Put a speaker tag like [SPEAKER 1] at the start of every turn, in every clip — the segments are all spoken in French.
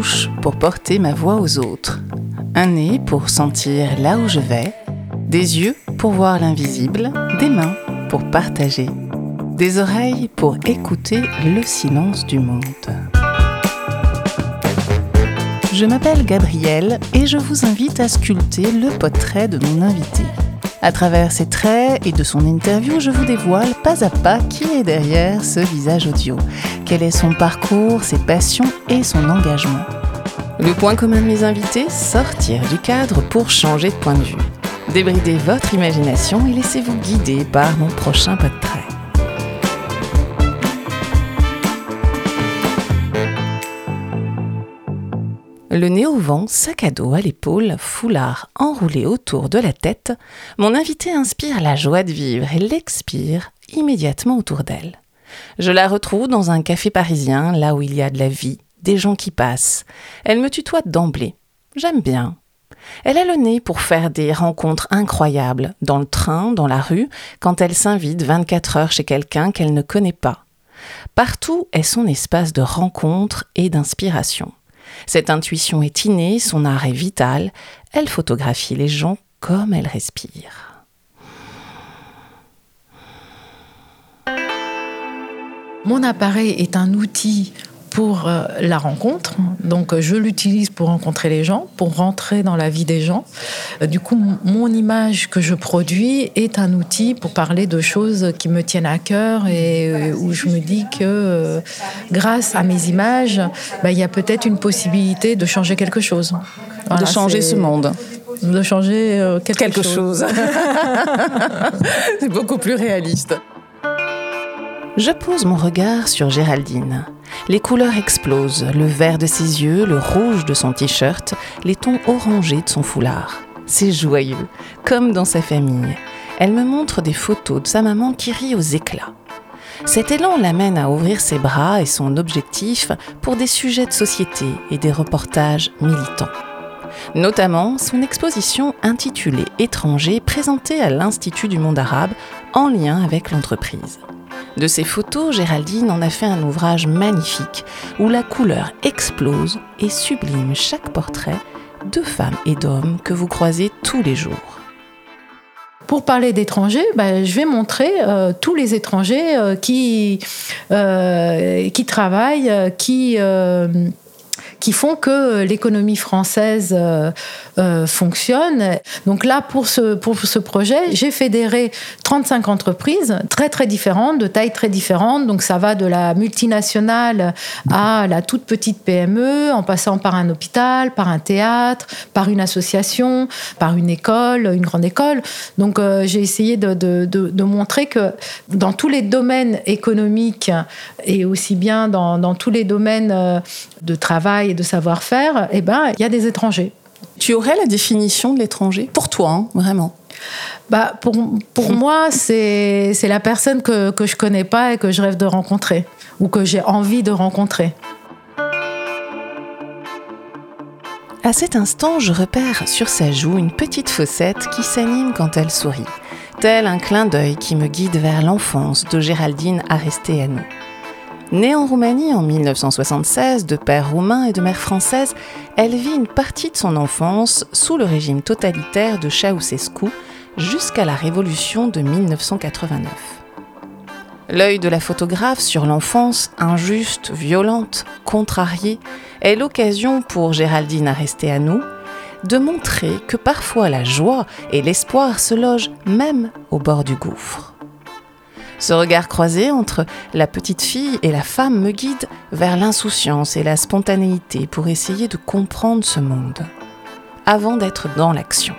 [SPEAKER 1] bouche pour porter ma voix aux autres, un nez pour sentir là où je vais, des yeux pour voir l'invisible, des mains pour partager, des oreilles pour écouter le silence du monde. Je m'appelle Gabrielle et je vous invite à sculpter le portrait de mon invité. À travers ses traits et de son interview, je vous dévoile pas à pas qui est derrière ce visage audio. Quel est son parcours, ses passions et son engagement. Le point commun de mes invités, sortir du cadre pour changer de point de vue. Débridez votre imagination et laissez-vous guider par mon prochain portrait. Le nez au vent, sac à dos à l'épaule, foulard enroulé autour de la tête, mon invité inspire la joie de vivre et l'expire immédiatement autour d'elle. Je la retrouve dans un café parisien, là où il y a de la vie, des gens qui passent. Elle me tutoie d'emblée. J'aime bien. Elle a le nez pour faire des rencontres incroyables, dans le train, dans la rue, quand elle s'invite 24 heures chez quelqu'un qu'elle ne connaît pas. Partout est son espace de rencontre et d'inspiration. Cette intuition est innée, son art est vital, elle photographie les gens comme elle respire.
[SPEAKER 2] Mon appareil est un outil pour la rencontre, donc je l'utilise pour rencontrer les gens, pour rentrer dans la vie des gens. Du coup, mon image que je produis est un outil pour parler de choses qui me tiennent à cœur et où je me dis que grâce à mes images, il y a peut-être une possibilité de changer quelque chose.
[SPEAKER 1] Voilà, de changer ce monde.
[SPEAKER 2] De changer quelque chose.
[SPEAKER 1] C'est beaucoup plus réaliste. Je pose mon regard sur Géraldine. Les couleurs explosent, le vert de ses yeux, le rouge de son t-shirt, les tons orangés de son foulard. C'est joyeux, comme dans sa famille. Elle me montre des photos de sa maman qui rit aux éclats. Cet élan l'amène à ouvrir ses bras et son objectif pour des sujets de société et des reportages militants. Notamment son exposition intitulée « Étrangers » présentée à l'Institut du monde arabe en lien avec l'entreprise. De ces photos, Géraldine en a fait un ouvrage magnifique où la couleur explose et sublime chaque portrait de femmes et d'hommes que vous croisez tous les jours.
[SPEAKER 2] Pour parler d'étrangers, je vais montrer tous les étrangers qui travaillent, qui font que l'économie française fonctionne. Donc là, pour ce projet, j'ai fédéré 35 entreprises très très différentes, de tailles très différentes. Donc ça va de la multinationale à la toute petite PME, en passant par un hôpital, par un théâtre, par une association, par une école, une grande école. Donc j'ai essayé de montrer que dans tous les domaines économiques et aussi bien dans tous les domaines de travail et de savoir-faire, il y a des étrangers.
[SPEAKER 1] Tu aurais la définition de l'étranger pour toi, vraiment?
[SPEAKER 2] Pour moi, c'est la personne que je connais pas et que je rêve de rencontrer ou que j'ai envie de rencontrer.
[SPEAKER 1] À cet instant, je repère sur sa joue une petite fossette qui s'anime quand elle sourit, tel un clin d'œil qui me guide vers l'enfance de Géraldine Aresteanu. Née en Roumanie en 1976, de père roumain et de mère française, elle vit une partie de son enfance sous le régime totalitaire de Ceausescu jusqu'à la révolution de 1989. L'œil de la photographe sur l'enfance injuste, violente, contrariée, est l'occasion pour Géraldine Aresteanu de montrer que parfois la joie et l'espoir se logent même au bord du gouffre. Ce regard croisé entre la petite fille et la femme me guide vers l'insouciance et la spontanéité pour essayer de comprendre ce monde, avant d'être dans l'action.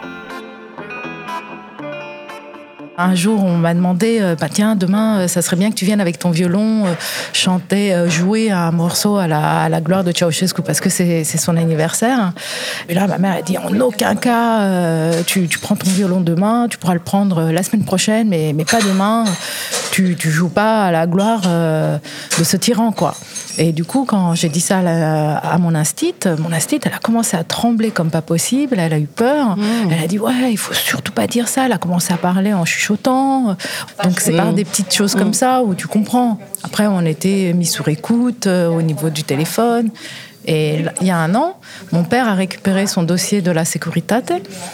[SPEAKER 2] Un jour, on m'a demandé, tiens, demain, ça serait bien que tu viennes avec ton violon chanter, jouer un morceau à la gloire de Ceausescu parce que c'est son anniversaire. Et là, ma mère a dit, en aucun cas, tu prends ton violon demain, tu pourras le prendre la semaine prochaine, mais pas demain. Tu joues pas à la gloire de ce tyran, quoi. Et du coup, quand j'ai dit ça à mon instit, elle a commencé à trembler comme pas possible, elle a eu peur. Elle a dit, ouais, il faut surtout pas dire ça. Elle a commencé à parler en chuchotant. Donc c'est par des petites choses comme ça où tu comprends. Après, on était mis sur écoute au niveau du téléphone. Et il y a un an, mon père a récupéré son dossier de la Securitate.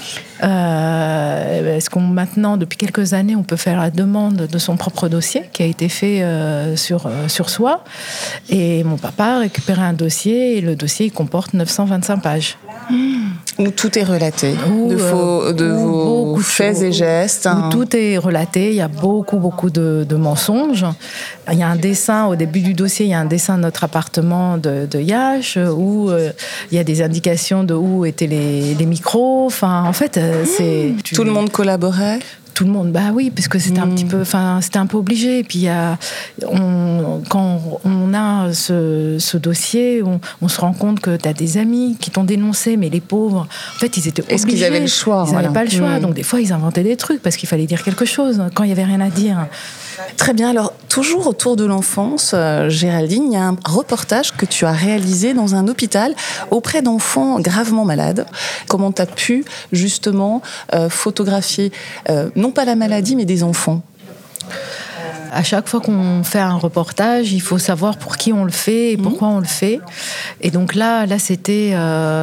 [SPEAKER 2] Parce qu'on maintenant, depuis quelques années, on peut faire la demande de son propre dossier qui a été fait sur soi. Et mon papa a récupéré un dossier et le dossier il comporte 925 pages.
[SPEAKER 1] Où tout est relaté, de vos faits et gestes.
[SPEAKER 2] Où tout est relaté, il y a beaucoup de mensonges. Il y a un dessin, au début du dossier, il y a un dessin de notre appartement de Yash, où il y a des indications de où étaient les micros. Enfin, en fait,
[SPEAKER 1] tout le monde collaborait.
[SPEAKER 2] Tout le monde, bah oui, parce que c'était c'était un peu obligé. Et puis quand on a ce dossier, on se rend compte que tu as des amis qui t'ont dénoncé, mais les pauvres, en fait, ils étaient obligés.
[SPEAKER 1] Est-ce qu'ils avaient le choix?
[SPEAKER 2] Ils n'avaient pas le choix, donc des fois, ils inventaient des trucs parce qu'il fallait dire quelque chose quand il n'y avait rien à dire.
[SPEAKER 1] Très bien. Alors, toujours autour de l'enfance, Géraldine, il y a un reportage que tu as réalisé dans un hôpital auprès d'enfants gravement malades. Comment tu as pu, justement, photographier, non pas la maladie, mais des enfants?
[SPEAKER 2] À chaque fois qu'on fait un reportage, il faut savoir pour qui on le fait et pourquoi on le fait. Et donc là c'était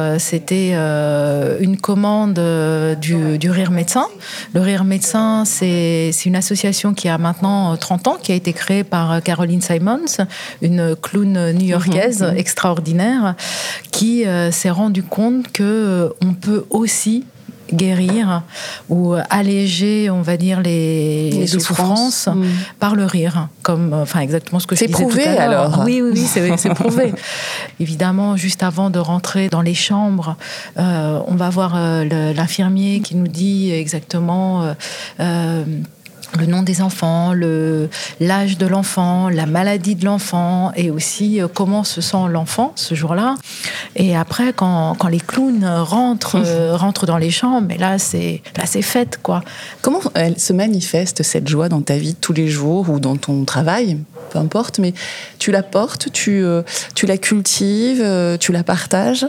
[SPEAKER 2] une commande du Rire Médecin. Le Rire Médecin, c'est une association qui a maintenant 30 ans, qui a été créée par Caroline Simons, une clown new-yorkaise extraordinaire, qui s'est rendue compte que on peut aussi guérir ou alléger, on va dire, les souffrances par le rire, exactement ce que je disais tout à l'heure.
[SPEAKER 1] C'est prouvé alors?
[SPEAKER 2] Oui, c'est prouvé. Évidemment, juste avant de rentrer dans les chambres, on va voir l'infirmier qui nous dit exactement le nom des enfants, l'âge de l'enfant, la maladie de l'enfant et aussi comment se sent l'enfant ce jour-là. Et après, quand les clowns rentrent dans les chambres, mais là c'est fête, quoi.
[SPEAKER 1] Comment elle se manifeste, cette joie, dans ta vie de tous les jours ou dans ton travail, peu importe, mais tu la portes, tu la cultives, tu la partages?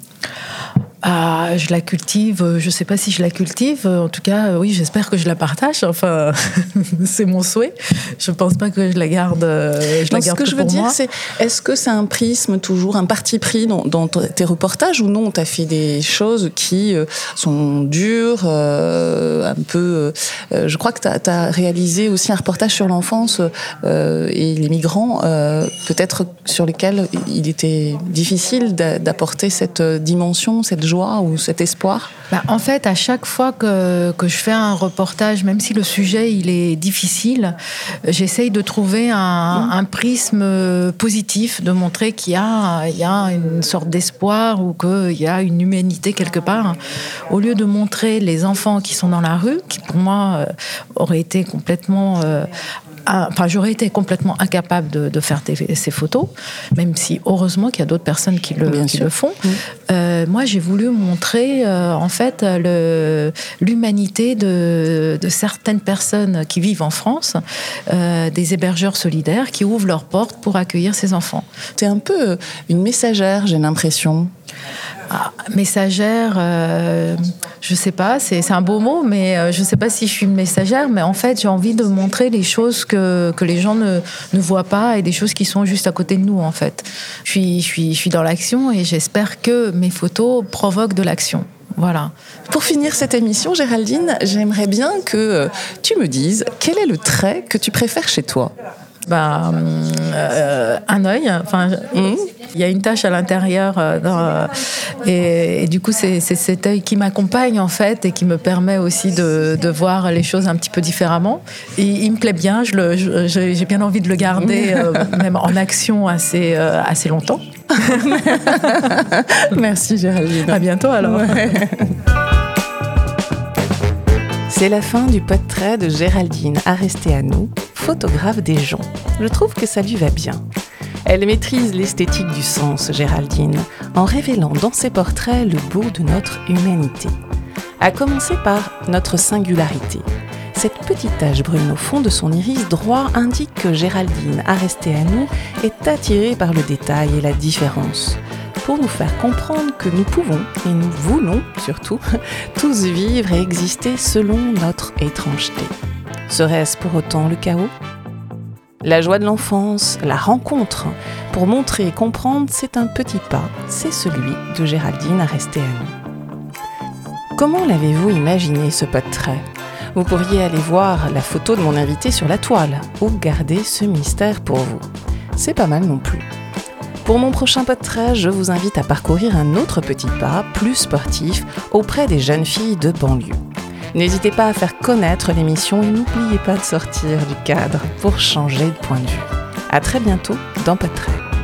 [SPEAKER 2] Je la cultive, je ne sais pas si je la cultive, en tout cas, oui, j'espère que je la partage, enfin, c'est mon souhait. Je ne pense pas que je la garde pour moi.
[SPEAKER 1] Ce que je veux dire, c'est, est-ce que c'est un prisme, toujours un parti pris dans tes reportages, ou non, tu as fait des choses qui sont dures, un peu... je crois que tu as réalisé aussi un reportage sur l'enfance et les migrants, peut-être sur lesquels il était difficile d'apporter cette dimension, cette joie ou cet espoir?
[SPEAKER 2] En fait, à chaque fois que je fais un reportage, même si le sujet il est difficile, j'essaye de trouver un prisme positif, de montrer qu'il y a une sorte d'espoir ou qu'il y a une humanité quelque part. Au lieu de montrer les enfants qui sont dans la rue, qui pour moi auraient été complètement... j'aurais été complètement incapable de faire ces photos, même si heureusement qu'il y a d'autres personnes qui le font. Moi, j'ai voulu montrer en fait l'humanité de certaines personnes qui vivent en France, des hébergeurs solidaires qui ouvrent leurs portes pour accueillir ces enfants.
[SPEAKER 1] T'es un peu une messagère, j'ai l'impression.
[SPEAKER 2] Messagère, je sais pas, c'est un beau mot, mais je sais pas si je suis une messagère, mais en fait j'ai envie de montrer les choses que les gens ne voient pas et des choses qui sont juste à côté de nous en fait. Je suis dans l'action et j'espère que mes photos provoquent de l'action. Voilà.
[SPEAKER 1] Pour finir cette émission, Géraldine, j'aimerais bien que tu me dises quel est le trait que tu préfères chez toi.
[SPEAKER 2] Un œil. Il y a une tache à l'intérieur et du coup c'est cet œil qui m'accompagne en fait et qui me permet aussi de voir les choses un petit peu différemment. Et il me plaît bien. J'ai bien envie de le garder même en action assez longtemps.
[SPEAKER 1] Merci Géraldine.
[SPEAKER 2] À bientôt alors. Ouais.
[SPEAKER 1] C'est la fin du portrait de Géraldine Aresteanu, photographe des gens. Je trouve que ça lui va bien. Elle maîtrise l'esthétique du sens, Géraldine, en révélant dans ses portraits le beau de notre humanité. À commencer par notre singularité. Cette petite tache brune au fond de son iris droit indique que Géraldine Aresteanu est attirée par le détail et la différence, pour nous faire comprendre que nous pouvons, et nous voulons surtout, tous vivre et exister selon notre étrangeté. Serait-ce pour autant le chaos ? La joie de l'enfance, la rencontre. Pour montrer et comprendre, c'est un petit pas. C'est celui de Géraldine Arrestéanu. Comment l'avez-vous imaginé ce pas de trait ? Vous pourriez aller voir la photo de mon invité sur la toile ou garder ce mystère pour vous. C'est pas mal non plus. Pour mon prochain pas de trait, je vous invite à parcourir un autre petit pas, plus sportif, auprès des jeunes filles de banlieue. N'hésitez pas à faire connaître l'émission et n'oubliez pas de sortir du cadre pour changer de point de vue. À très bientôt dans Pas de trait.